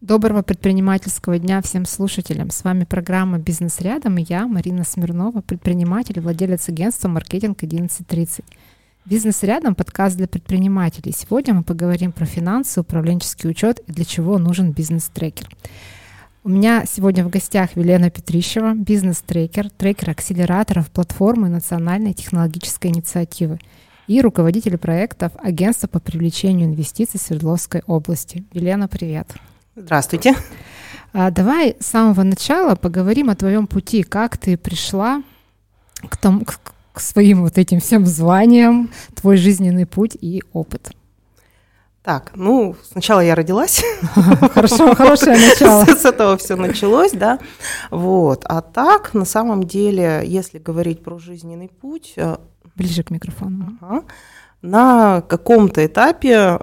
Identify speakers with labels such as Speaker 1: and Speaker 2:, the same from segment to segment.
Speaker 1: Доброго предпринимательского дня всем слушателям. С вами программа «Бизнес рядом» и я, Марина Смирнова, предприниматель и владелец агентства «Маркетинг 1130». «Бизнес рядом» — подкаст для предпринимателей. Сегодня мы поговорим про финансы, управленческий учет и для чего нужен бизнес-трекер. У меня сегодня в гостях Велена Петрищева, бизнес-трекер, трекер акселераторов платформы национальной технологической инициативы и руководитель проектов агентства по привлечению инвестиций Свердловской области. Велена, привет.
Speaker 2: Здравствуйте.
Speaker 1: Давай с самого начала поговорим о твоем пути, как ты пришла к своим вот этим всем званиям, твой жизненный путь и опыт.
Speaker 2: Так, сначала я родилась.
Speaker 1: Хорошо, хорошее начало.
Speaker 2: С этого все началось, да. Вот. А так, на самом деле, если говорить про жизненный путь...
Speaker 1: Ближе к микрофону.
Speaker 2: На каком-то этапе,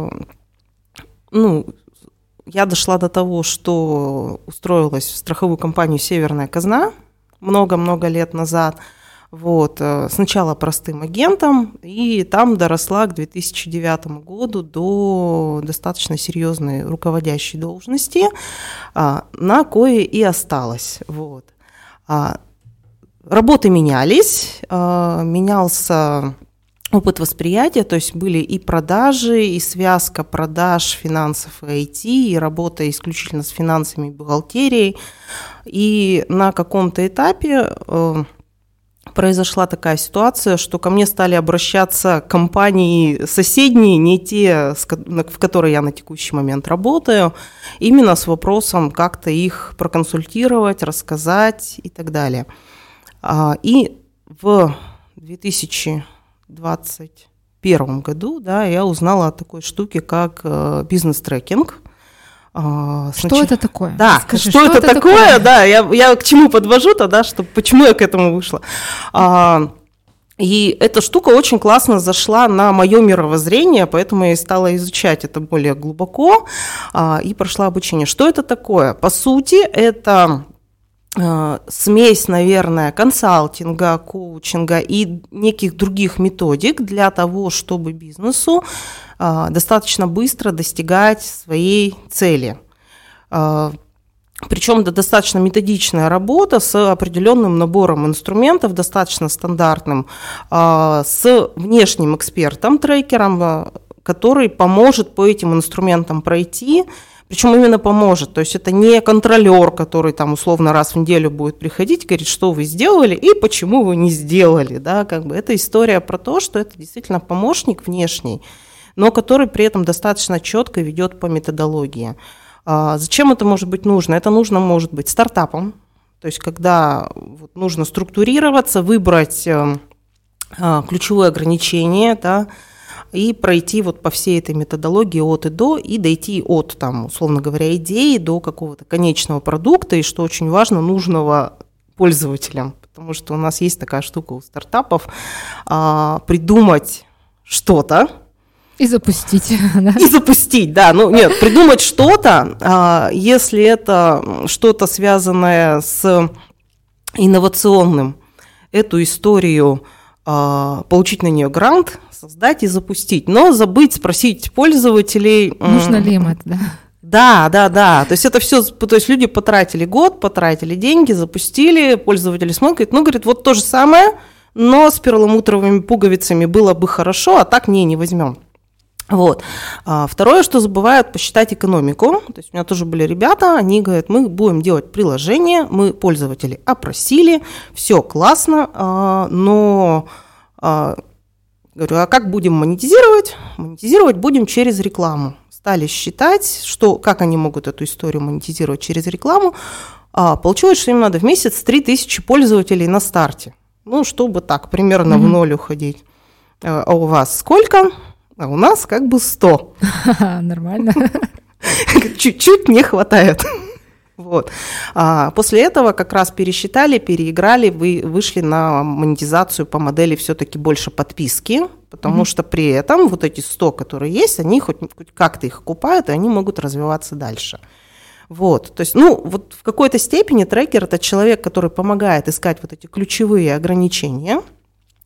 Speaker 2: я дошла до того, что устроилась в страховую компанию «Северная казна» много-много лет назад. Вот. Сначала простым агентом, и там доросла к 2009 году до достаточно серьезной руководящей должности, на кое и осталась. Вот. Работы менялись, менялся опыт восприятия, то есть были и продажи, и связка продаж, финансов и IT, и работа исключительно с финансами и бухгалтерией. И на каком-то этапе произошла такая ситуация, что ко мне стали обращаться компании соседние, не те, в которые я на текущий момент работаю, именно с вопросом как-то их проконсультировать, рассказать и так далее. И в 2021 году, я узнала о такой штуке, как бизнес-трекинг.
Speaker 1: Что это такое?
Speaker 2: Да, скажи, что это такое? Да, я к чему подвожу тогда, почему я к этому вышла. И эта штука очень классно зашла на мое мировоззрение, поэтому я и стала изучать это более глубоко и прошла обучение. Что это такое? По сути, это смесь, наверное, консалтинга, коучинга и неких других методик для того, чтобы бизнесу достаточно быстро достигать своей цели. Причем это достаточно методичная работа с определенным набором инструментов, достаточно стандартным, с внешним экспертом, трекером, который поможет по этим инструментам пройти. Причем именно поможет, то есть это не контролер, который там условно раз в неделю будет приходить и говорить, что вы сделали и почему вы не сделали, это история про то, что это действительно помощник внешний, но который при этом достаточно четко ведет по методологии. Зачем это может быть нужно? Это нужно может быть стартапом, то есть когда нужно структурироваться, выбрать ключевое ограничение, и пройти по всей этой методологии от и до, и дойти от, условно говоря, идеи до какого-то конечного продукта, и, что очень важно, нужного пользователям. Потому что у нас есть такая штука у стартапов придумать что-то.
Speaker 1: И запустить.
Speaker 2: И запустить, придумать что-то, если это что-то связанное с инновационным, эту историю получить на нее грант, создать и запустить, но забыть спросить пользователей.
Speaker 1: Нужно ли им это,
Speaker 2: да? Да. То есть это все, то есть люди потратили год, потратили деньги, запустили, пользователи смотрят, говорит, вот то же самое, но с перламутровыми пуговицами было бы хорошо, а так не возьмем. Вот. Второе, что забывают посчитать экономику. То есть у меня тоже были ребята, они говорят, мы будем делать приложение, мы пользователей опросили, все классно, но говорю, а как будем монетизировать? Монетизировать будем через рекламу. Стали считать, как они могут эту историю монетизировать через рекламу. Получилось, что им надо в месяц 3000 пользователей на старте. Чтобы так, примерно в ноль уходить. А у вас сколько? А у нас 100.
Speaker 1: Нормально.
Speaker 2: Чуть-чуть не хватает. Вот. После этого как раз пересчитали, переиграли, вышли на монетизацию по модели все-таки больше подписки, потому что при этом эти 100, которые есть, они хоть как-то их окупают, и они могут развиваться дальше. Вот. То есть, в какой-то степени трекер – это человек, который помогает искать эти ключевые ограничения,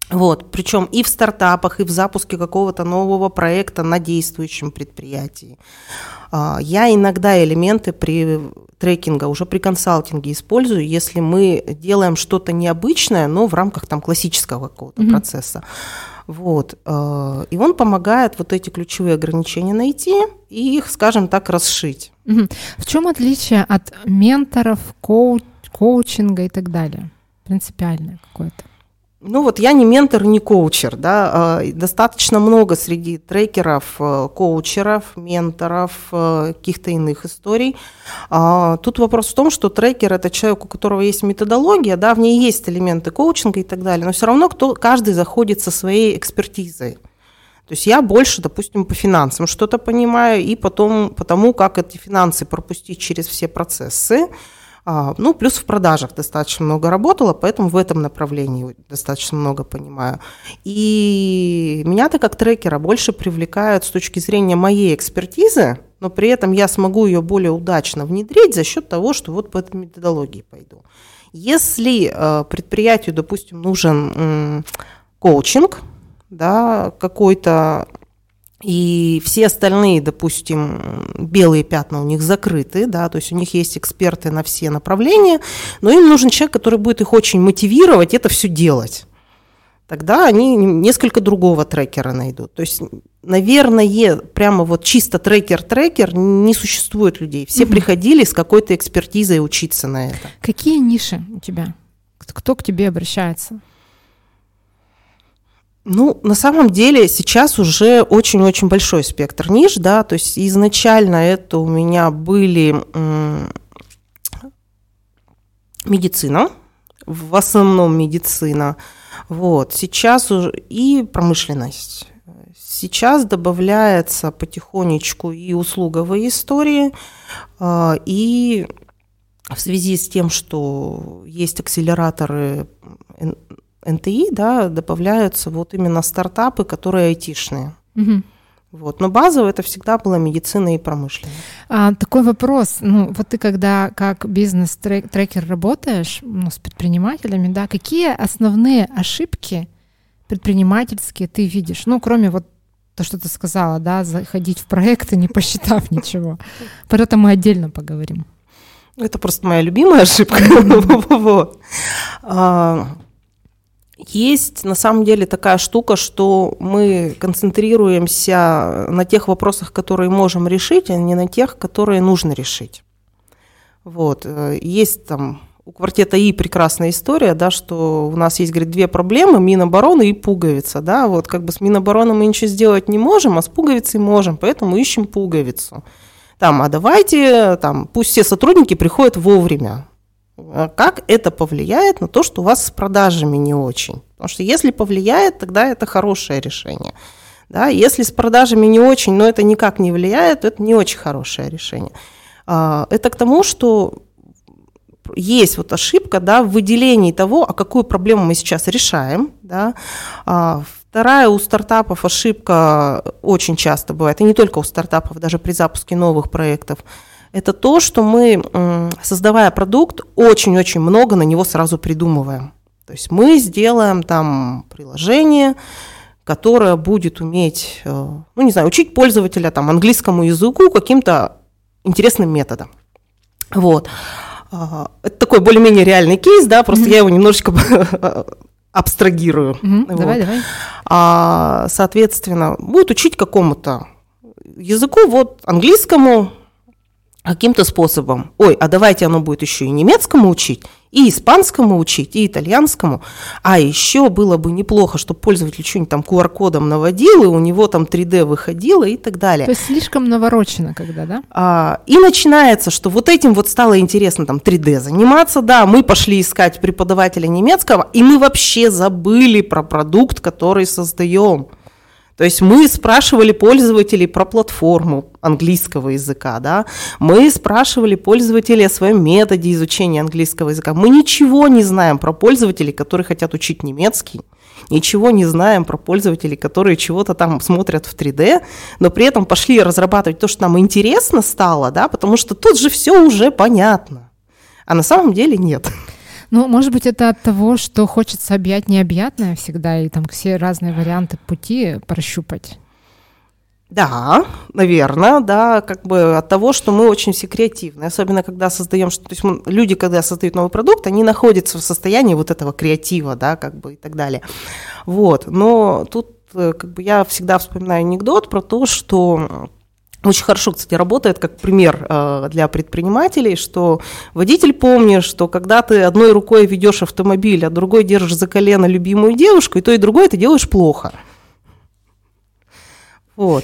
Speaker 2: Вот, причем и в стартапах, и в запуске какого-то нового проекта на действующем предприятии. Я иногда элементы при трекинга, уже при консалтинге использую, если мы делаем что-то необычное, но в рамках там классического какого-то процесса. Вот. И он помогает вот эти ключевые ограничения найти и их, скажем так, расшить.
Speaker 1: В чем отличие от менторов, коучинга и так далее? Принципиальное какое-то.
Speaker 2: Ну вот я не ментор, не коучер, да, достаточно много среди трекеров, коучеров, менторов, каких-то иных историй. Тут вопрос в том, что трекер – это человек, у которого есть методология, да, в ней есть элементы коучинга и так далее, но все равно каждый заходит со своей экспертизой. То есть я больше, допустим, по финансам что-то понимаю, и потом по тому, как эти финансы пропустить через все процессы. Ну, плюс в продажах достаточно много работала, поэтому в этом направлении достаточно много понимаю. И меня-то как трекера больше привлекают с точки зрения моей экспертизы, но при этом я смогу ее более удачно внедрить за счет того, что вот по этой методологии пойду. Если предприятию, допустим, нужен коучинг, да, какой-то, и все остальные, допустим, белые пятна у них закрыты, да, то есть у них есть эксперты на все направления, но им нужен человек, который будет их очень мотивировать это все делать. Тогда они несколько другого трекера найдут. То есть, наверное, прямо вот чисто трекер не существует людей. Все приходили с какой-то экспертизой учиться на это.
Speaker 1: Какие ниши у тебя? Кто к тебе обращается?
Speaker 2: Ну, на самом деле сейчас уже очень-очень большой спектр ниш, да, то есть изначально это у меня были медицина, в основном медицина, вот, сейчас уже и промышленность. Сейчас добавляется потихонечку и услуговые истории, и в связи с тем, что есть акселераторы НТИ, да, добавляются вот именно стартапы, которые айтишные. Вот. Но базово это всегда была медицина и промышленность.
Speaker 1: Такой вопрос. Ну, вот ты когда как бизнес-трекер работаешь, ну, с предпринимателями, да, какие основные ошибки предпринимательские ты видишь? Ну, кроме вот то, что ты сказала, да, заходить в проекты, не посчитав ничего. Про это мы отдельно поговорим.
Speaker 2: Это просто моя любимая ошибка. Есть на самом деле такая штука, что мы концентрируемся на тех вопросах, которые можем решить, а не на тех, которые нужно решить. Вот. Есть там у квартета И прекрасная история, да, что у нас есть, говорит, две проблемы: Минобороны и пуговица. Да, вот как бы с Минобороны мы ничего сделать не можем, а с пуговицей можем, поэтому ищем пуговицу. Там, а давайте, там, пусть все сотрудники приходят вовремя. Как это повлияет на то, что у вас с продажами не очень? Потому что если повлияет, тогда это хорошее решение. Да? Если с продажами не очень, но это никак не влияет, то это не очень хорошее решение. Это к тому, что есть вот ошибка, да, в выделении того, а какую проблему мы сейчас решаем. Да? Вторая у стартапов ошибка очень часто бывает, и не только у стартапов, даже при запуске новых проектов, это то, что мы, создавая продукт, очень-очень много на него сразу придумываем. То есть мы сделаем там приложение, которое будет уметь, ну не знаю, учить пользователя там английскому языку каким-то интересным методом. Вот. Это такой более-менее реальный кейс, да, просто я его немножечко абстрагирую. Вот.
Speaker 1: Давай.
Speaker 2: Соответственно, будет учить какому-то языку, вот английскому, каким-то способом. Ой, а давайте оно будет еще и немецкому учить, и испанскому учить, и итальянскому. А еще было бы неплохо, чтобы пользователь что-нибудь там QR-кодом наводил, и у него там 3D выходило и так далее.
Speaker 1: То есть слишком наворочено когда, да?
Speaker 2: И начинается, что вот этим вот стало интересно там 3D заниматься. Да, мы пошли искать преподавателя немецкого, и мы вообще забыли про продукт, который создаем. То есть мы спрашивали пользователей про платформу английского языка, да? Мы спрашивали пользователей о своем методе изучения английского языка. Мы ничего не знаем про пользователей, которые хотят учить немецкий, ничего не знаем про пользователей, которые чего-то там смотрят в 3D, но при этом пошли разрабатывать то, что нам интересно стало, да? Потому что тут же все уже понятно, а на самом деле нет.
Speaker 1: Ну, может быть, это от того, что хочется объять необъятное всегда и там все разные варианты пути прощупать.
Speaker 2: Да, наверное, да, как бы от того, что мы очень все креативны, особенно когда создаем, то есть люди, когда создают новый продукт, они находятся в состоянии вот этого креатива, да, как бы и так далее. Вот, но тут как бы я всегда вспоминаю анекдот про то, что очень хорошо, кстати, работает как пример для предпринимателей, что водитель, помни, что когда ты одной рукой ведешь автомобиль, а другой держишь за колено любимую девушку, и то, и другое ты делаешь плохо. Вот.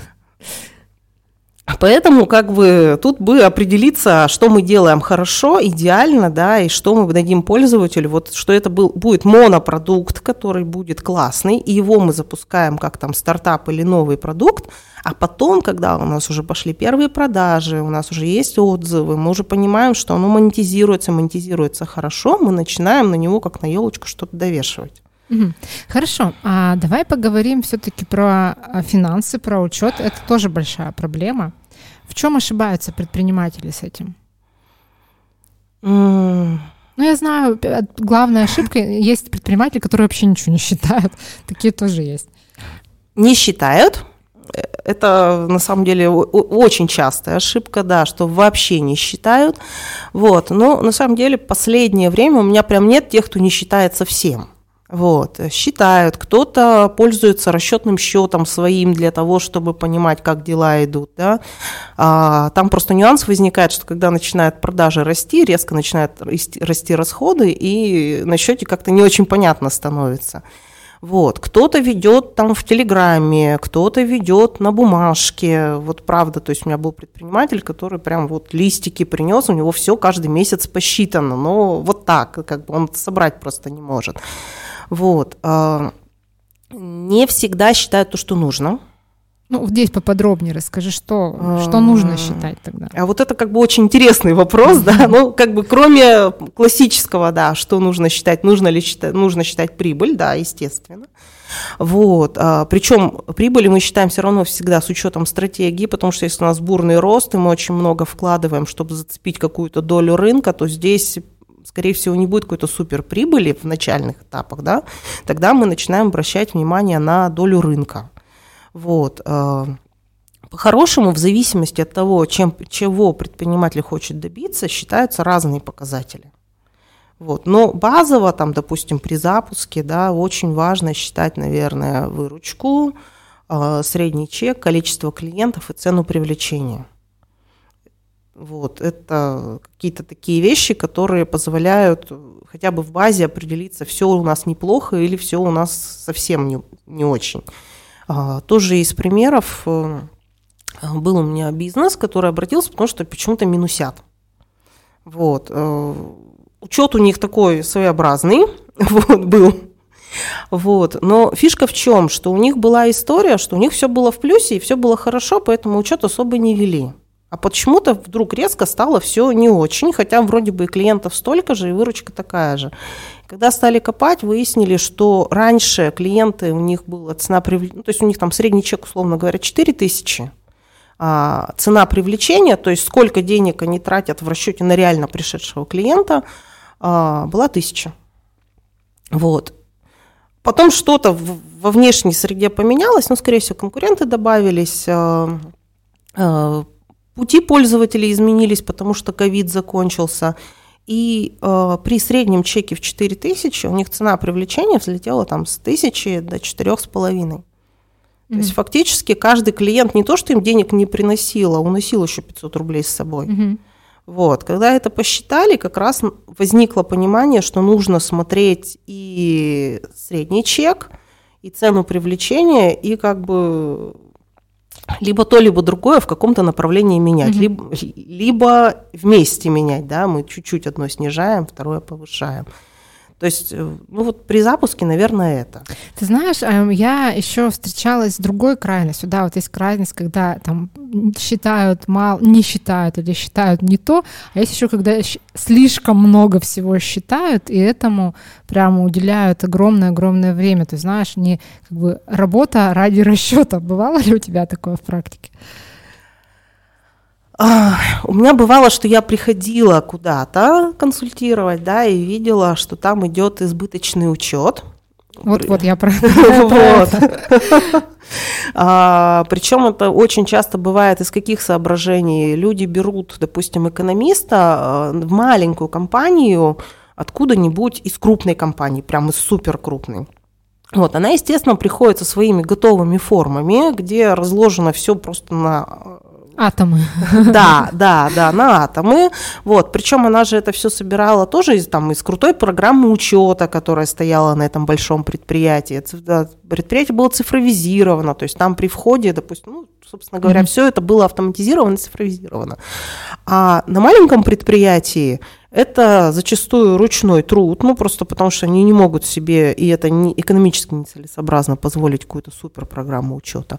Speaker 2: Поэтому как бы тут бы определиться, что мы делаем хорошо, идеально, да, и что мы дадим пользователю, вот что это будет монопродукт, который будет классный, и его мы запускаем как там стартап или новый продукт, а потом, когда у нас уже пошли первые продажи, у нас уже есть отзывы, мы уже понимаем, что оно монетизируется хорошо, мы начинаем на него как на елочку что-то довешивать.
Speaker 1: Хорошо, а давай поговорим все-таки про финансы, про учет. Это тоже большая проблема. В чем ошибаются предприниматели с этим? Ну, я знаю, главная ошибка, есть предприниматели, которые вообще ничего не считают. Такие тоже есть.
Speaker 2: Не считают. Это, на самом деле, очень частая ошибка, да, что вообще не считают. Вот. Но, на самом деле, последнее время у меня прям нет тех, кто не считает совсем. Вот, считают, кто-то пользуется расчетным счетом своим для того, чтобы понимать, как дела идут, да. Там просто нюанс возникает, что когда начинают продажи расти, резко начинают расти расходы, и на счете как-то не очень понятно становится. Вот, кто-то ведет там в Телеграме, кто-то ведет на бумажке, вот правда, то есть у меня был предприниматель, который прям вот листики принес, у него все каждый месяц посчитано, но вот так, как бы он собрать просто не может. Вот. Не всегда считают то, что нужно.
Speaker 1: Ну, здесь поподробнее расскажи, что нужно считать тогда.
Speaker 2: А вот это как бы очень интересный вопрос, да, ну, как бы кроме классического, да, что нужно считать, нужно считать прибыль, да, естественно. Вот. Причем прибыли мы считаем все равно всегда с учетом стратегии, потому что если у нас бурный рост, и мы очень много вкладываем, чтобы зацепить какую-то долю рынка, то здесь скорее всего, не будет какой-то суперприбыли в начальных этапах, да, тогда мы начинаем обращать внимание на долю рынка. Вот. По-хорошему, в зависимости от того, чего предприниматель хочет добиться, считаются разные показатели. Вот. Но базово, там, допустим, при запуске, да, очень важно считать, наверное, выручку, средний чек, количество клиентов и цену привлечения. Вот, это какие-то такие вещи, которые позволяют хотя бы в базе определиться, все у нас неплохо или все у нас совсем не очень. Тоже из примеров был у меня бизнес, который обратился, потому что почему-то минусят. Вот. Учет у них такой своеобразный вот, был. Вот. Но фишка в чем? Что у них была история, что у них все было в плюсе и все было хорошо, поэтому учет особо не вели. А почему-то вдруг резко стало все не очень, хотя вроде бы и клиентов столько же, и выручка такая же. Когда стали копать, выяснили, что раньше клиенты, у них была цена привлечения, то есть у них там средний чек, условно говоря, 4000, а цена привлечения, то есть сколько денег они тратят в расчете на реально пришедшего клиента, была 1000. Вот. Потом что-то во внешней среде поменялось, но, скорее всего, конкуренты добавились, пути пользователей изменились, потому что ковид закончился, и при среднем чеке в 4000 у них цена привлечения взлетела там с 1000 до 4,5. То есть фактически каждый клиент не то, что им денег не приносил, а уносил еще 500 рублей с собой. Вот. Когда это посчитали, как раз возникло понимание, что нужно смотреть и средний чек, и цену привлечения, и как бы либо то, либо другое в каком-то направлении менять, либо вместе менять, да, мы чуть-чуть одно снижаем, второе повышаем. То есть, ну вот при запуске, наверное, это.
Speaker 1: Ты знаешь, я еще встречалась с другой крайностью. Да, вот есть крайность, когда там считают мало, не считают или считают не то, а есть еще, когда слишком много всего считают, и этому прямо уделяют огромное-огромное время. Ты знаешь, не как бы работа ради расчета. Бывало ли у тебя такое в практике?
Speaker 2: У меня бывало, что я приходила куда-то консультировать, да, и видела, что там идет избыточный учет.
Speaker 1: Вот я про это.
Speaker 2: Причем это очень часто бывает из каких соображений? Люди берут, допустим, экономиста в маленькую компанию откуда-нибудь из крупной компании, прям из суперкрупной. Вот, она, естественно, приходит со своими готовыми формами, где разложено все просто на...
Speaker 1: Атомы.
Speaker 2: Да, на атомы. Вот, причем она же это все собирала тоже из крутой программы учета, которая стояла на этом большом предприятии. Предприятие было цифровизировано, то есть там при входе, допустим, собственно говоря, все это было автоматизировано и цифровизировано. А на маленьком предприятии это зачастую ручной труд, просто потому что они не могут себе, и это экономически нецелесообразно, позволить какую-то суперпрограмму учета.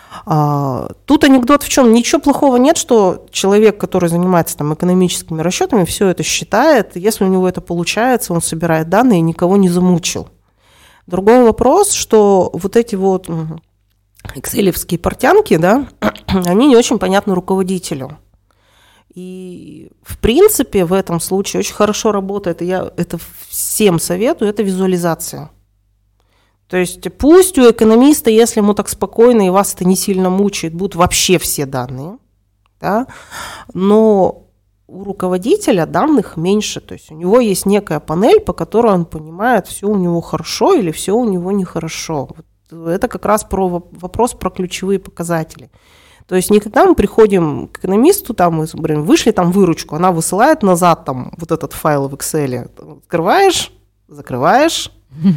Speaker 2: Тут анекдот в чем? Ничего плохого нет, что человек, который занимается экономическими расчетами, все это считает. Если у него это получается, он собирает данные и никого не замучил. Другой вопрос, что вот эти вот экселевские портянки, да, они не очень понятны руководителю. И в принципе в этом случае очень хорошо работает, и я это всем советую, это визуализация. То есть пусть у экономиста, если ему так спокойно и вас это не сильно мучает, будут вообще все данные, да, но у руководителя данных меньше, то есть у него есть некая панель, по которой он понимает, все у него хорошо или все у него нехорошо. Вот это как раз вопрос про ключевые показатели. То есть не когда мы приходим к экономисту, мы вышли выручку, она высылает назад вот этот файл в Excel, открываешь, закрываешь,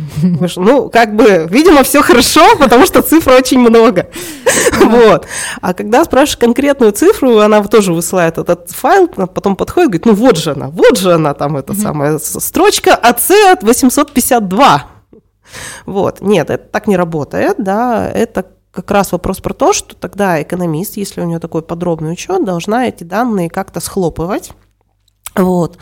Speaker 2: видимо, все хорошо, потому что цифр очень много. Вот. А когда спрашиваешь конкретную цифру, она тоже высылает этот файл, потом подходит, говорит, вот же она, эта самая строчка АЦ 852. Вот. Нет, это так не работает, да, это как раз вопрос про то, что тогда экономист, если у него такой подробный учет, должна эти данные как-то схлопывать, вот,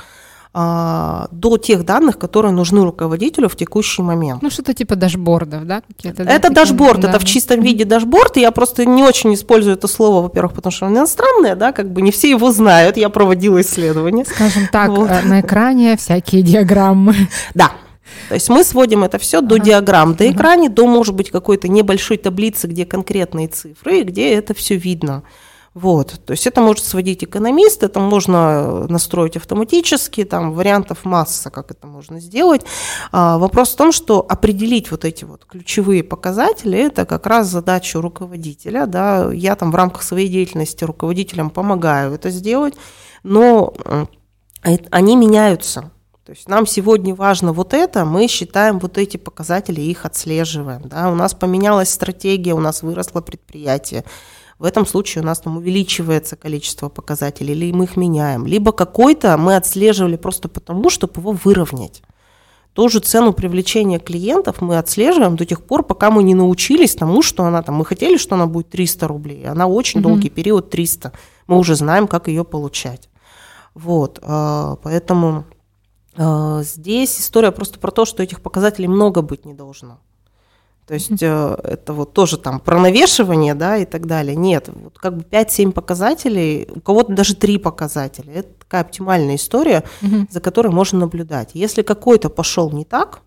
Speaker 2: до тех данных, которые нужны руководителю в текущий момент.
Speaker 1: Что-то типа дашбордов, да? Какие-то,
Speaker 2: это дашборд, да. Это в чистом виде дашборд, и я просто не очень использую это слово, во-первых, потому что оно иностранное, да, не все его знают, я проводила исследования.
Speaker 1: Скажем так, на экране всякие диаграммы.
Speaker 2: Да. То есть мы сводим это все до диаграмм, до экрана, до, может быть, какой-то небольшой таблицы, где конкретные цифры, где это все видно. Вот. То есть это может сводить экономист, это можно настроить автоматически, вариантов масса, как это можно сделать. Вопрос в том, что определить вот эти вот ключевые показатели, это как раз задача руководителя. Да. Я в рамках своей деятельности руководителям помогаю это сделать, но они меняются. То есть нам сегодня важно вот это, мы считаем вот эти показатели, их отслеживаем. Да? У нас поменялась стратегия, у нас выросло предприятие. В этом случае у нас увеличивается количество показателей, или мы их меняем. Либо какой-то мы отслеживали просто потому, чтобы его выровнять. Ту же цену привлечения клиентов мы отслеживаем до тех пор, пока мы не научились тому, что она мы хотели, что она будет 300 рублей, она очень долгий период 300. Мы уже знаем, как ее получать. Вот, поэтому... Здесь история просто про то, что этих показателей много быть не должно. То есть это вот тоже про навешивание, да, и так далее. Нет, 5-7 показателей, у кого-то даже 3 показателя. Это такая оптимальная история, за которой можно наблюдать. Если какой-то пошел не так,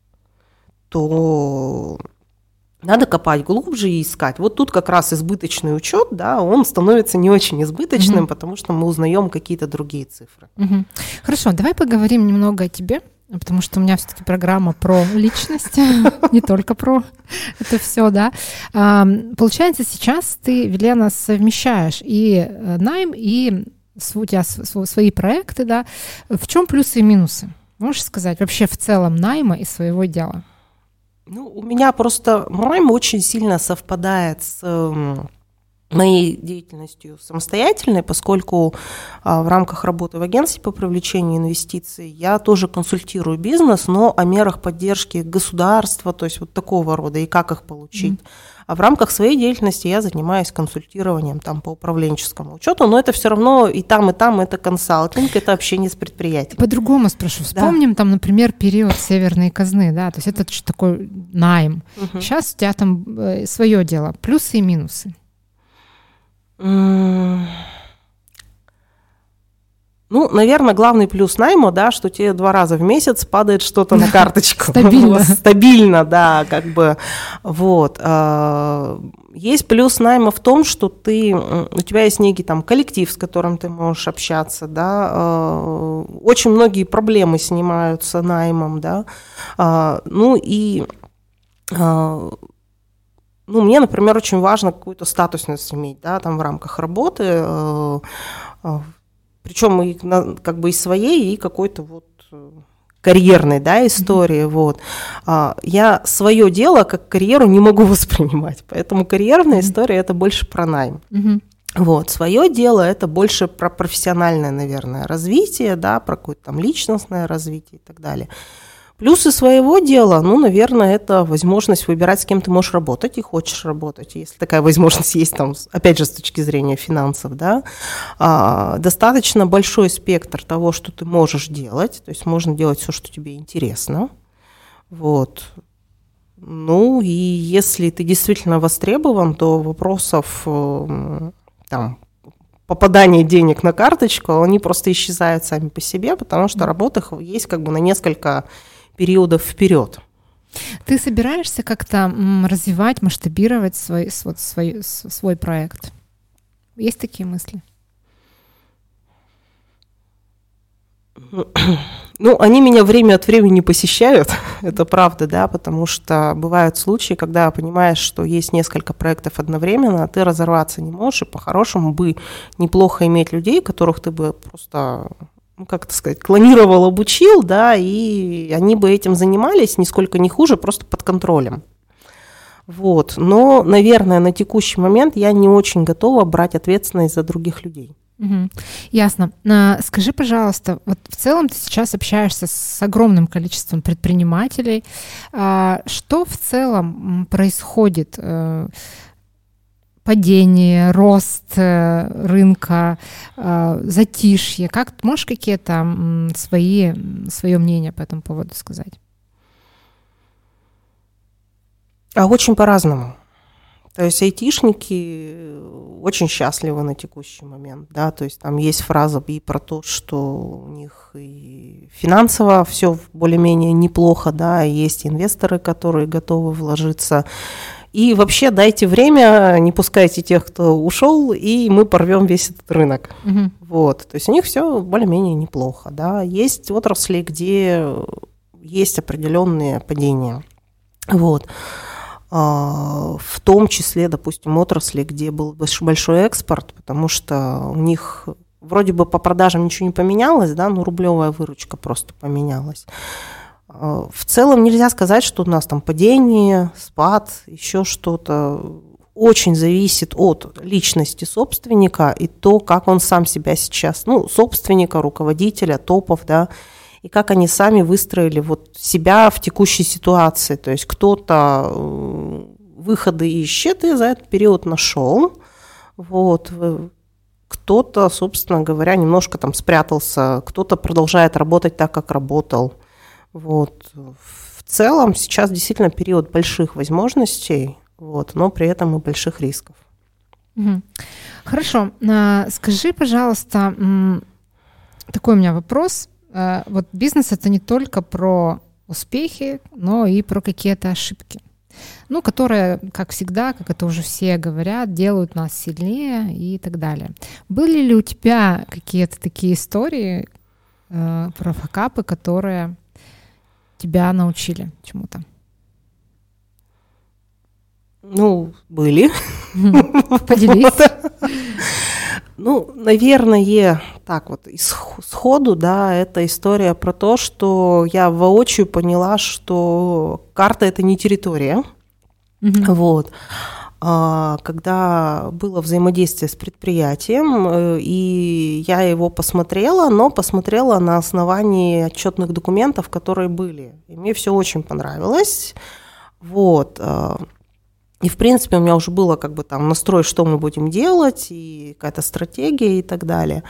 Speaker 2: то надо копать глубже и искать. Вот тут как раз избыточный учет, да, он становится не очень избыточным, потому что мы узнаем какие-то другие цифры.
Speaker 1: Хорошо, давай поговорим немного о тебе, потому что у меня все-таки программа про личность, не только про это все, да. Получается, сейчас ты, Велена, совмещаешь и найм, и у тебя свои проекты, да. В чем плюсы и минусы? Можешь сказать вообще в целом найма и своего дела?
Speaker 2: У меня просто найм очень сильно совпадает с моей деятельностью самостоятельной, поскольку в рамках работы в агентстве по привлечению инвестиций я тоже консультирую бизнес, но о мерах поддержки государства, то есть вот такого рода, и как их получить. А в рамках своей деятельности я занимаюсь консультированием по управленческому учету, но это все равно и там это консалтинг, это общение с предприятием.
Speaker 1: По-другому спрошу. Вспомним, например, период Северной казны, да, то есть это такой найм. Сейчас у тебя свое дело, плюсы и минусы.
Speaker 2: Ну, наверное, главный плюс найма, да, что тебе 2 раза в месяц падает что-то на карточку.
Speaker 1: Стабильно.
Speaker 2: Стабильно, да, как бы, вот. Есть плюс найма в том, что у тебя есть некий там коллектив, с которым ты можешь общаться, да, очень многие проблемы снимаются наймом, да, мне, например, очень важно какую-то статусность иметь, да, там в рамках работы, причем и как бы и своей, и какой-то вот карьерной, да, истории, вот. Я свое дело как карьеру не могу воспринимать, поэтому карьерная история – это больше про найм. Вот, свое дело – это больше про профессиональное, наверное, развитие, да, про какое-то там личностное развитие и так далее. Плюсы своего дела, наверное, это возможность выбирать, с кем ты можешь работать и хочешь работать, если такая возможность есть, там, опять же, с точки зрения финансов, да. Достаточно большой спектр того, что ты можешь делать, то есть можно делать все, что тебе интересно, вот. И если ты действительно востребован, то вопросов там попадания денег на карточку, они просто исчезают сами по себе, потому что работа есть как бы на несколько периодов вперед.
Speaker 1: Ты собираешься как-то развивать, масштабировать свой проект? Есть такие мысли?
Speaker 2: Они меня время от времени посещают, это правда, да, потому что бывают случаи, когда понимаешь, что есть несколько проектов одновременно, а ты разорваться не можешь, и по-хорошему бы неплохо иметь людей, которых ты бы просто, как это сказать, клонировал, обучил, да, и они бы этим занимались нисколько не хуже, просто под контролем. Вот. Но, наверное, на текущий момент я не очень готова брать ответственность за других людей.
Speaker 1: Угу. Ясно. Скажи, пожалуйста, вот в целом ты сейчас общаешься с огромным количеством предпринимателей. Что в целом происходит? Падение, рост рынка, затишье? Можешь какие-то свое мнение по этому поводу сказать?
Speaker 2: Очень по-разному. То есть айтишники очень счастливы на текущий момент, да, то есть там есть фраза и про то, что у них и финансово все более-менее неплохо, да, есть инвесторы, которые готовы вложиться, и вообще дайте время, не пускайте тех, кто ушел, и мы порвем весь этот рынок, вот, то есть у них все более-менее неплохо, да, есть отрасли, где есть определенные падения, вот. В том числе, допустим, отрасли, где был большой экспорт, потому что у них вроде бы по продажам ничего не поменялось, да, но рублевая выручка просто поменялась. В целом нельзя сказать, что у нас там падение, спад, еще что-то. Очень зависит от личности собственника и то, как он сам себя сейчас, собственника, руководителя, топов, да, и как они сами выстроили вот себя в текущей ситуации. То есть кто-то выходы ищет и за этот период нашел. Вот. Кто-то, собственно говоря, немножко там спрятался, кто-то продолжает работать так, как работал. Вот. В целом сейчас действительно период больших возможностей, вот, но при этом и больших рисков.
Speaker 1: Хорошо. Скажи, пожалуйста, такой у меня вопрос. Вот бизнес — это не только про успехи, но и про какие-то ошибки, которые, как всегда, как это уже все говорят, делают нас сильнее и так далее. Были ли у тебя какие-то такие истории про факапы, которые тебя научили чему-то?
Speaker 2: Были.
Speaker 1: Поделись.
Speaker 2: Наверное, так вот сходу, да, это история про то, что я воочию поняла, что карта – это не территория. Вот. Когда было взаимодействие с предприятием, и я его посмотрела, но посмотрела на основании отчетных документов, которые были. И мне все очень понравилось. Вот. И, в принципе, у меня уже было как бы там настрой, что мы будем делать, и какая-то стратегия и так далее.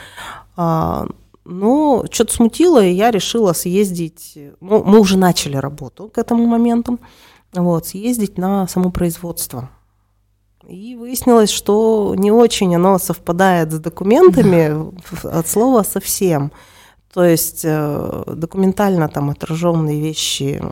Speaker 2: Но что-то смутило, и я решила съездить, мы уже начали работу к этому моменту, вот, съездить на самопроизводство. И выяснилось, что не очень оно совпадает с документами от слова совсем. То есть документально там отраженные вещи,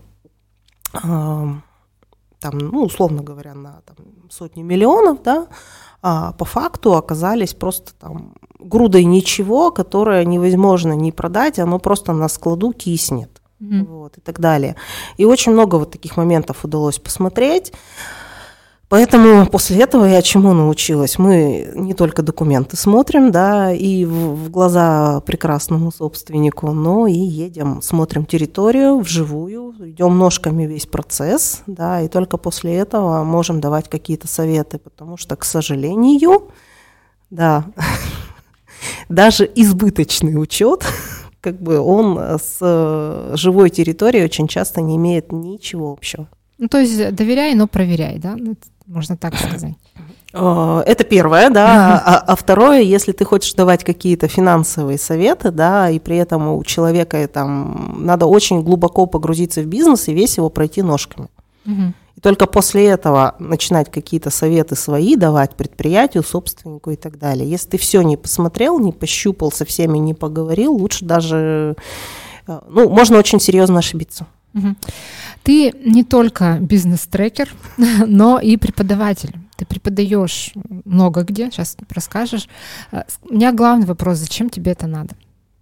Speaker 2: там, ну, условно говоря, на там, сотни миллионов, да, а по факту оказались просто там грудой ничего, которое невозможно не продать, оно просто на складу киснет, вот, и так далее. И очень много вот таких моментов удалось посмотреть. Поэтому после этого я чему научилась? Мы не только документы смотрим, да, и в глаза прекрасному собственнику, но и едем, смотрим территорию вживую, идем ножками весь процесс, да, и только после этого можем давать какие-то советы, потому что, к сожалению, да, даже избыточный учет, как бы он с живой территорией очень часто не имеет ничего общего.
Speaker 1: Ну, то есть доверяй, но проверяй, да? Можно так сказать.
Speaker 2: Это первое, да. А второе, если ты хочешь давать какие-то финансовые советы, да, и при этом у человека там надо очень глубоко погрузиться в бизнес и весь его пройти ножками. И только после этого начинать какие-то советы свои давать предприятию, собственнику и так далее. Если ты все не посмотрел, не пощупал, со всеми не поговорил, лучше даже, ну, можно очень серьезно ошибиться.
Speaker 1: Ты не только бизнес-трекер, но и преподаватель. Ты преподаешь много где, сейчас расскажешь. У меня главный вопрос, зачем тебе это надо?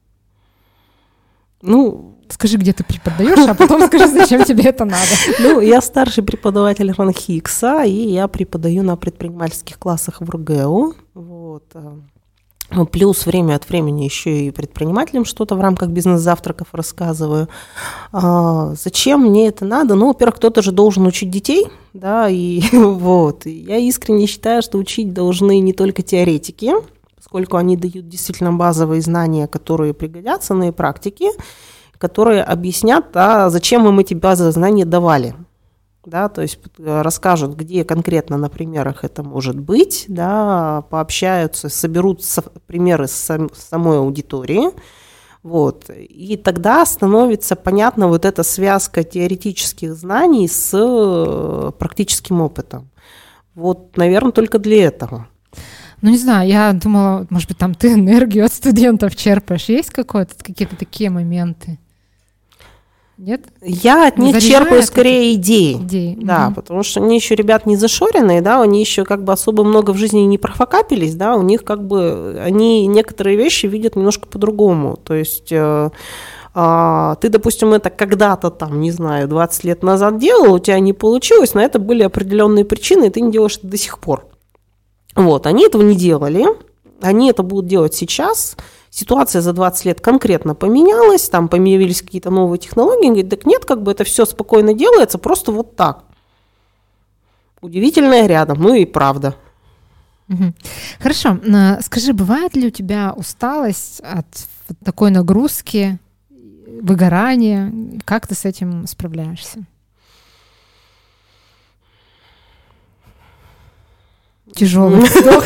Speaker 2: Ну,
Speaker 1: скажи, где ты преподаешь, а потом скажи, зачем тебе это надо.
Speaker 2: Ну, я старший преподаватель РАНХИКСа, и я преподаю на предпринимательских классах в РГЭУ. Вот. Плюс время от времени еще и предпринимателям что-то в рамках бизнес-завтраков рассказываю. Зачем мне это надо? Ну, во-первых, кто-то же должен учить детей, да, и вот. И я искренне считаю, что учить должны не только теоретики, поскольку они дают действительно базовые знания, которые пригодятся, но и практики, которые объяснят, а зачем им эти базовые знания давали. Да, то есть расскажут, где конкретно на примерах это может быть, да, пообщаются, соберут примеры с самой аудитории, вот, и тогда становится понятна вот эта связка теоретических знаний с практическим опытом. Вот, наверное, только для этого.
Speaker 1: Ну, не знаю, я думала, может быть, там ты энергию от студентов черпаешь. Есть какие-то такие моменты? Нет?
Speaker 2: Я от них черпаю скорее идеи. Да, потому что они еще ребят не зашоренные, да, они еще как бы особо много в жизни не профокапились, да, у них как бы они некоторые вещи видят немножко по-другому. То есть ты, допустим, это когда-то там, не знаю, 20 лет назад делал, у тебя не получилось, на это были определенные причины, и ты не делаешь это до сих пор. Вот, они этого не делали, они это будут делать сейчас. Ситуация за 20 лет конкретно поменялась, там появились какие-то новые технологии, говорит, так нет, как бы это все спокойно делается, просто вот так. Удивительное рядом, ну и правда.
Speaker 1: Хорошо, скажи, бывает ли у тебя усталость от такой нагрузки, выгорания? Как ты с этим справляешься? Тяжелый вздох.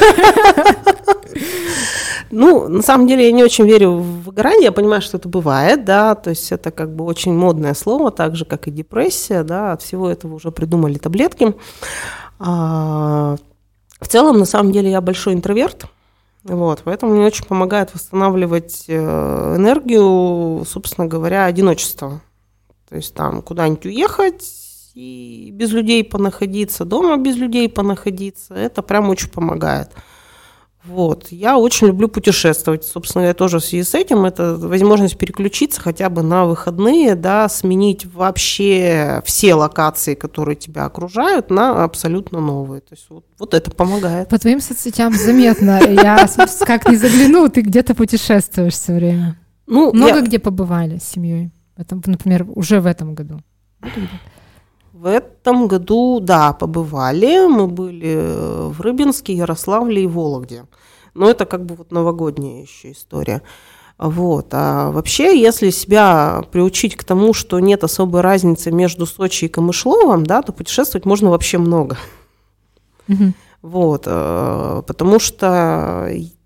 Speaker 2: Ну, на самом деле, я не очень верю в выгорание, я понимаю, что это бывает, да, то есть это как бы очень модное слово, так же, как и депрессия, да, от всего этого уже придумали таблетки. В целом, на самом деле, я большой интроверт, вот, поэтому мне очень помогает восстанавливать энергию, собственно говоря, одиночество. То есть там куда-нибудь уехать и без людей понаходиться, дома без людей понаходиться, это прям очень помогает. Вот. Я очень люблю путешествовать. Собственно, я тоже в связи с этим, это возможность переключиться хотя бы на выходные, да, сменить вообще все локации, которые тебя окружают, на абсолютно новые. То есть вот это помогает.
Speaker 1: По твоим соцсетям заметно. Я как не загляну, ты где-то путешествуешь все время. Много где побывали с семьей? Например, уже в этом году?
Speaker 2: В этом году, да, побывали. Мы были в Рыбинске, Ярославле и Вологде. Но это как бы вот новогодняя еще история. Вот. А вообще, если себя приучить к тому, что нет особой разницы между Сочи и Камышловом, да, то путешествовать можно вообще много. Вот. Потому что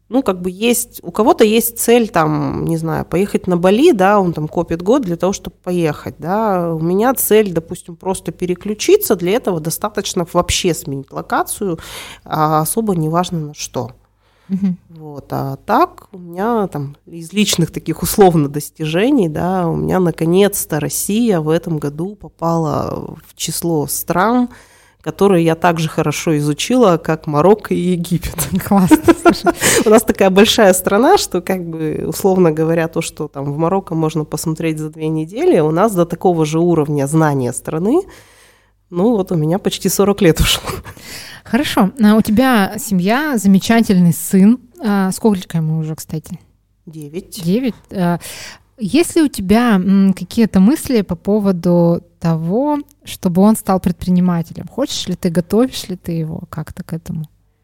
Speaker 2: ну, как бы есть, у кого-то есть цель, там, не знаю, поехать на Бали, да, он там копит год для того, чтобы поехать, да. У меня цель, допустим, просто переключиться, для этого достаточно вообще сменить локацию, а особо неважно на что. Вот, а так у меня там из личных таких условно достижений, да, у меня наконец-то Россия в этом году попала в число стран, которые я также хорошо изучила, как Марокко и Египет.
Speaker 1: Классно, слушай.
Speaker 2: У нас такая большая страна, что, как бы, условно говоря, то, что там в Марокко можно посмотреть за 2 недели, у нас до такого же уровня знания страны, ну вот у меня почти 40 лет ушло.
Speaker 1: Хорошо. У тебя семья, замечательный сын. Сколько ему уже, кстати?
Speaker 2: 9.
Speaker 1: 9. Есть ли у тебя какие-то мысли по поводу того, чтобы он стал предпринимателем? Хочешь ли ты, готовишь ли ты его как-то к этому?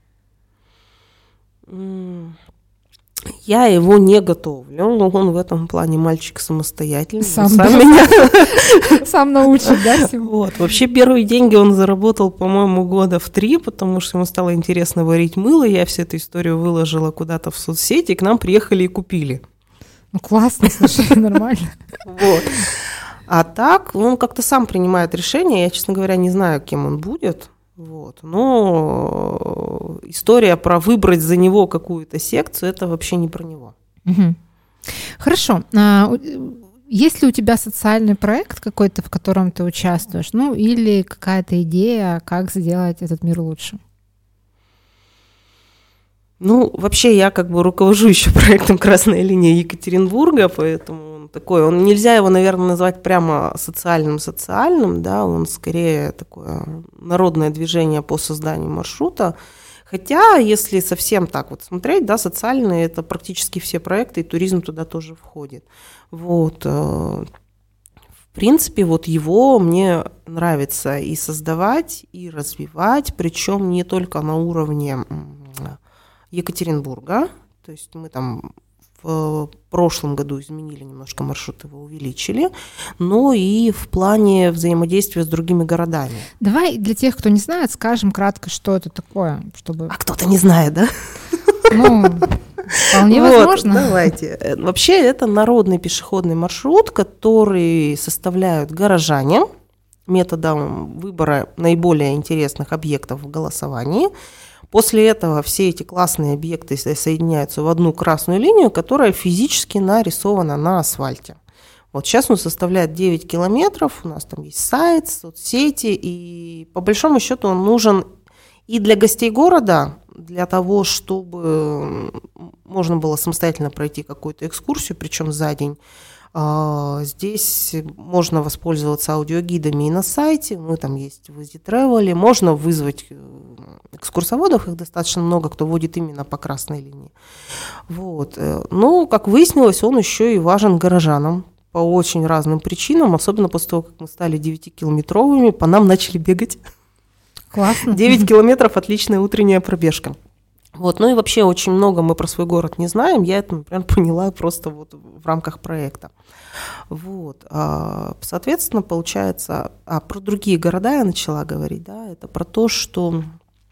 Speaker 2: Я его не готовлю, но он в этом плане мальчик самостоятельный.
Speaker 1: Сам
Speaker 2: меня
Speaker 1: сам научит, да, всему?
Speaker 2: Вот. Вообще первые деньги он заработал, по-моему, года в 3, потому что ему стало интересно варить мыло. Я всю эту историю выложила куда-то в соцсети, к нам приехали и купили.
Speaker 1: Ну классно, слушай, нормально.
Speaker 2: Вот. А так он как-то сам принимает решения. Я, честно говоря, не знаю, кем он будет. Вот. Но история про выбрать за него какую-то секцию, это вообще не про него.
Speaker 1: Угу. Хорошо. Есть ли у тебя социальный проект какой-то, в котором ты участвуешь? Ну, или какая-то идея, как сделать этот мир лучше?
Speaker 2: Ну, вообще я как бы руковожу еще проектом «Красная линия» Екатеринбурга, поэтому он такой, нельзя его, наверное, назвать прямо социальным, да, он скорее такое народное движение по созданию маршрута. Хотя, если совсем так вот смотреть, да, социальные – это практически все проекты, и туризм туда тоже входит. Вот. В принципе, вот его мне нравится и создавать, и развивать, причем не только на уровне Екатеринбурга, то есть мы там в прошлом году изменили немножко маршрут, его увеличили, но и в плане взаимодействия с другими городами.
Speaker 1: Давай для тех, кто не знает, скажем кратко, что это такое, чтобы...
Speaker 2: А кто-то не знает, да?
Speaker 1: Ну, вполне возможно.
Speaker 2: Давайте. Вообще это народный пешеходный маршрут, который составляют горожане методом выбора наиболее интересных объектов в голосовании. После этого все эти классные объекты соединяются в одну красную линию, которая физически нарисована на асфальте. Вот сейчас он составляет 9 километров, у нас там есть сайт, соцсети, и по большому счету он нужен и для гостей города, для того, чтобы можно было самостоятельно пройти какую-то экскурсию, причем за день. Здесь можно воспользоваться аудиогидами и на сайте, мы там есть в Easy Travel, можно вызвать экскурсоводов, их достаточно много, кто водит именно по красной линии. Вот. Но, как выяснилось, он еще и важен горожанам по очень разным причинам, особенно после того, как мы стали 9-километровыми, по нам начали бегать.
Speaker 1: Классно.
Speaker 2: 9 километров – отличная утренняя пробежка. Вот. Ну и вообще очень много мы про свой город не знаем, я это, например, поняла просто вот в рамках проекта. Вот. Соответственно, получается, про другие города я начала говорить, да, это про то, что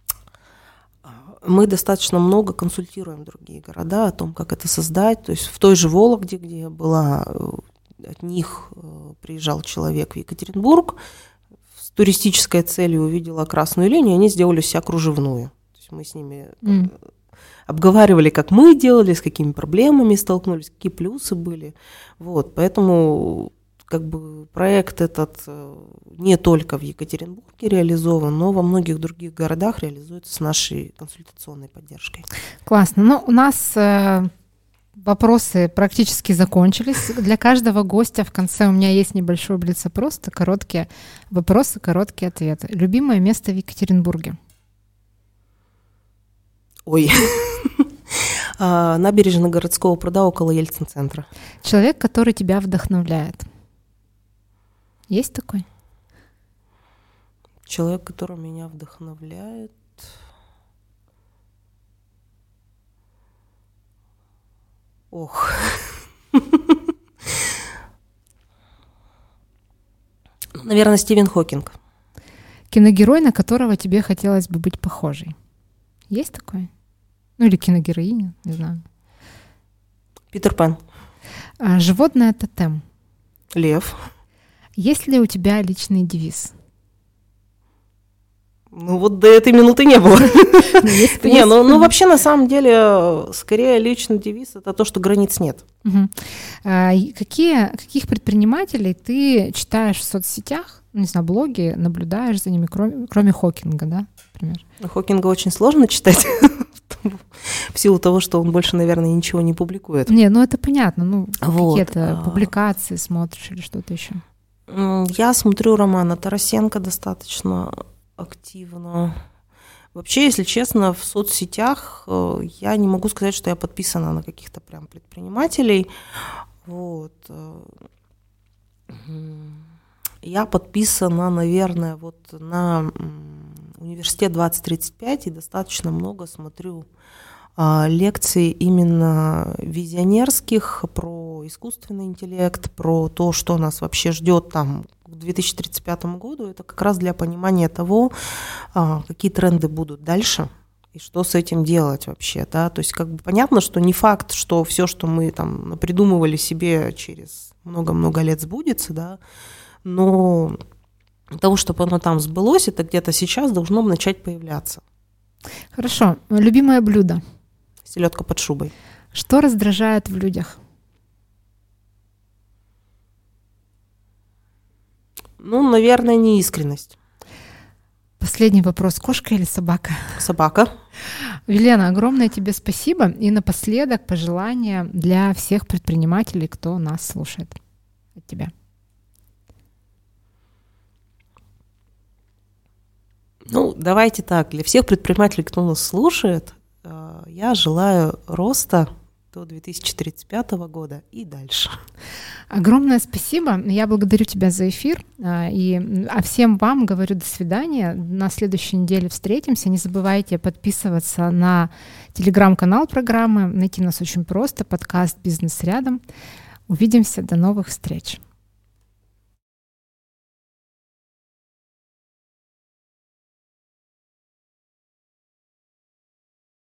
Speaker 2: мы достаточно много консультируем другие города о том, как это создать. То есть в той же Вологде, где я была, от них приезжал человек в Екатеринбург, с туристической целью увидела красную линию, они сделали себя кружевную. То есть мы с ними обговаривали, как мы делали, с какими проблемами столкнулись, какие плюсы были. Вот, поэтому как бы проект этот не только в Екатеринбурге реализован, но во многих других городах реализуется с нашей консультационной поддержкой.
Speaker 1: Классно. Ну, у нас вопросы практически закончились. Для каждого гостя в конце у меня есть небольшой блиц-опрос, короткие вопросы, короткие ответы. Любимое место в Екатеринбурге?
Speaker 2: Ой, набережная городского пруда около Ельцин-центра.
Speaker 1: Человек, который тебя вдохновляет. Есть такой?
Speaker 2: Человек, который меня вдохновляет. Ох. Наверное, Стивен Хокинг.
Speaker 1: Киногерой, на которого тебе хотелось бы быть похожей. Есть такой? Ну или киногероиня, не знаю.
Speaker 2: Питер Пэн.
Speaker 1: Животное тотем.
Speaker 2: Лев.
Speaker 1: Есть ли у тебя личный девиз?
Speaker 2: Ну вот до этой минуты не было. Не, ну вообще на самом деле скорее личный девиз — это то, что границ нет.
Speaker 1: Каких предпринимателей ты читаешь в соцсетях, не знаю, блоги, наблюдаешь за ними, кроме Хокинга, да, например?
Speaker 2: Хокинга очень сложно читать, в силу того, что он больше, наверное, ничего не публикует.
Speaker 1: Не, ну это понятно, ну какие-то публикации смотришь или что-то еще?
Speaker 2: Я смотрю Романа Тарасенко достаточно активно. Вообще, если честно, в соцсетях я не могу сказать, что я подписана на каких-то прям предпринимателей. Вот. Я подписана, наверное, вот на университет 2035 и достаточно много смотрю лекций именно визионерских про искусственный интеллект, про то, что нас вообще ждет там к 2035 году. Это как раз для понимания того, какие тренды будут дальше и что с этим делать вообще. Да? То есть как бы понятно, что не факт, что все, что мы там придумывали себе, через много-много лет сбудется, да? Но для того, чтобы оно там сбылось, это где-то сейчас должно начать появляться.
Speaker 1: Хорошо. Любимое блюдо?
Speaker 2: Селедка под шубой.
Speaker 1: Что раздражает в людях?
Speaker 2: Ну, наверное, неискренность.
Speaker 1: Последний вопрос. Кошка или собака?
Speaker 2: Собака.
Speaker 1: Елена, огромное тебе спасибо. И напоследок пожелания для всех предпринимателей, кто нас слушает. От тебя.
Speaker 2: Ну, давайте так. Для всех предпринимателей, кто нас слушает, я желаю роста до 2035 года и дальше.
Speaker 1: Огромное спасибо. Я благодарю тебя за эфир. А всем вам говорю до свидания. На следующей неделе встретимся. Не забывайте подписываться на телеграм-канал программы. Найти нас очень просто. Подкаст «Бизнес рядом». Увидимся. До новых встреч.